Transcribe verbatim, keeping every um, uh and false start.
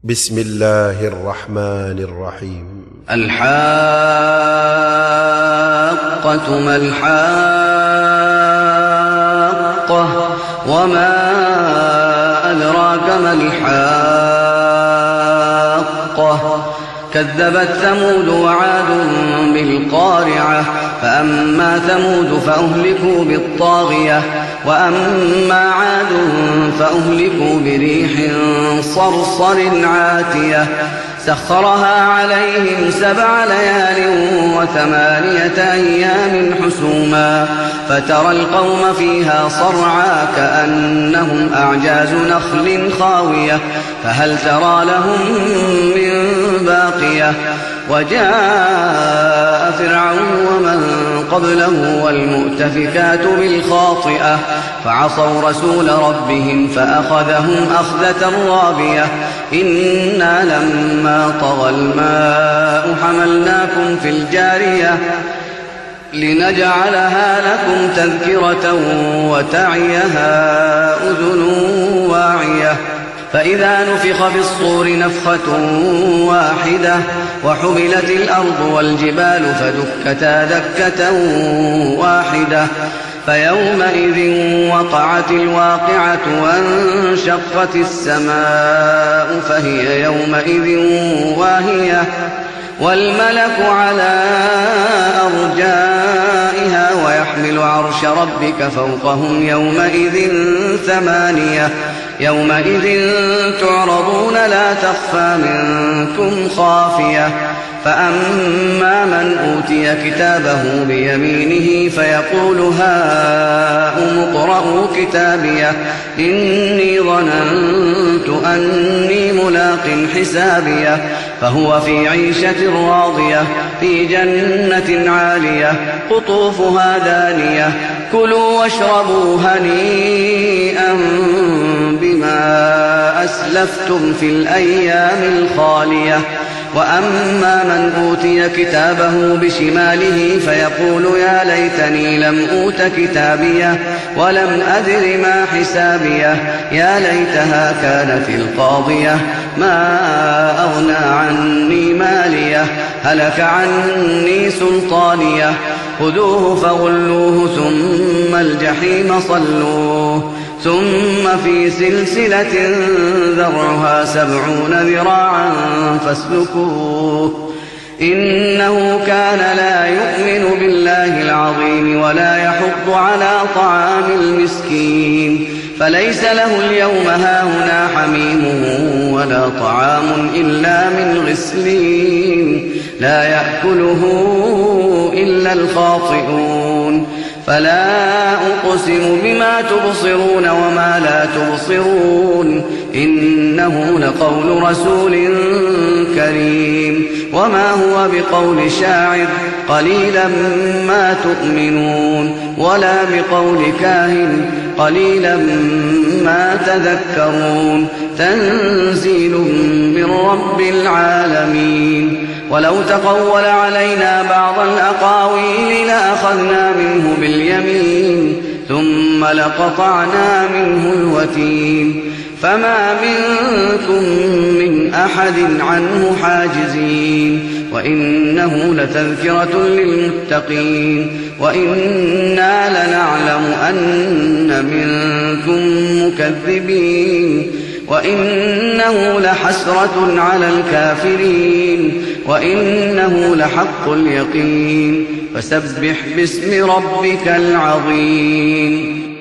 بسم الله الرحمن الرحيم. الحاقة ما الحاقة وما أدراك ما الحاقة كذبت ثمود وعاد بالقارعة فأما ثمود فأهلكوا بالطاغية وأما عاد فأهلكوا بريح صرصر عاتية سخرها عليهم سبع ليال وثمانية أيام حسوما فترى القوم فيها صرعى كأنهم أعجاز نخل خاوية فهل ترى لهم من باقية وجاء فرعون ومن قبله والمؤتفكات بالخاطئة فعصوا رسول ربهم فأخذهم أخذة رابية إنا لما طغى الماء حملناكم في الجارية لنجعلها لكم تذكرة وتعيها أذن واعية فإذا نفخ في الصور نفخة واحدة وحملت الأرض والجبال فدكتا دكة واحدة فيومئذ وقعت الواقعة وانشقت السماء فهي يومئذ واهية والملك على أرجائها ويحمل عرش ربك فوقهم يومئذ ثمانية يومئذ تعرضون لا تخفى منكم خافية فأما من أوتي كتابه بيمينه فيقول هاؤم اقرءوا كتابيه إني ظننت أني ملاق حسابيه فهو في عيشة راضية في جنة عالية قطوفها دانية كلوا واشربوا هنيئا بما أسلفتم في الأيام الخالية وأما من أوتي كتابه بشماله فيقول يا ليتني لم أوت كتابيه ولم أدر ما حسابيه يا ليتها كانت القاضية ما أغنى عني ماليه هلك عني سلطانيه خذوه فغلوه ثم الجحيم صلوه ثم في سلسلة ذرعها سبعون ذراعا فاسلكوه إنه كان لا يؤمن بالله العظيم ولا يحض على طعام المسكين فليس له اليوم هاهنا حميم ولا طعام إلا من غسلين لا يأكله إلا الخاطئون فلا أقسم بما تبصرون وما لا تبصرون إنه لقول رسول كريم وما هو بقول شاعر قليلا ما تؤمنون ولا بقول كاهن قليلا ما تذكرون تنزيل من رب العالمين ولو تقول علينا بعض الأقاويل لأخذنا منه باليمين ثم لقطعنا منه الوتين فما منكم من أحد عنه حاجزين وإنه لتذكرة للمتقين وإنا لنعلم أن منكم مكذبين وإنه لحسرة على الكافرين وإنه لحق اليقين فسبح باسم ربك العظيم.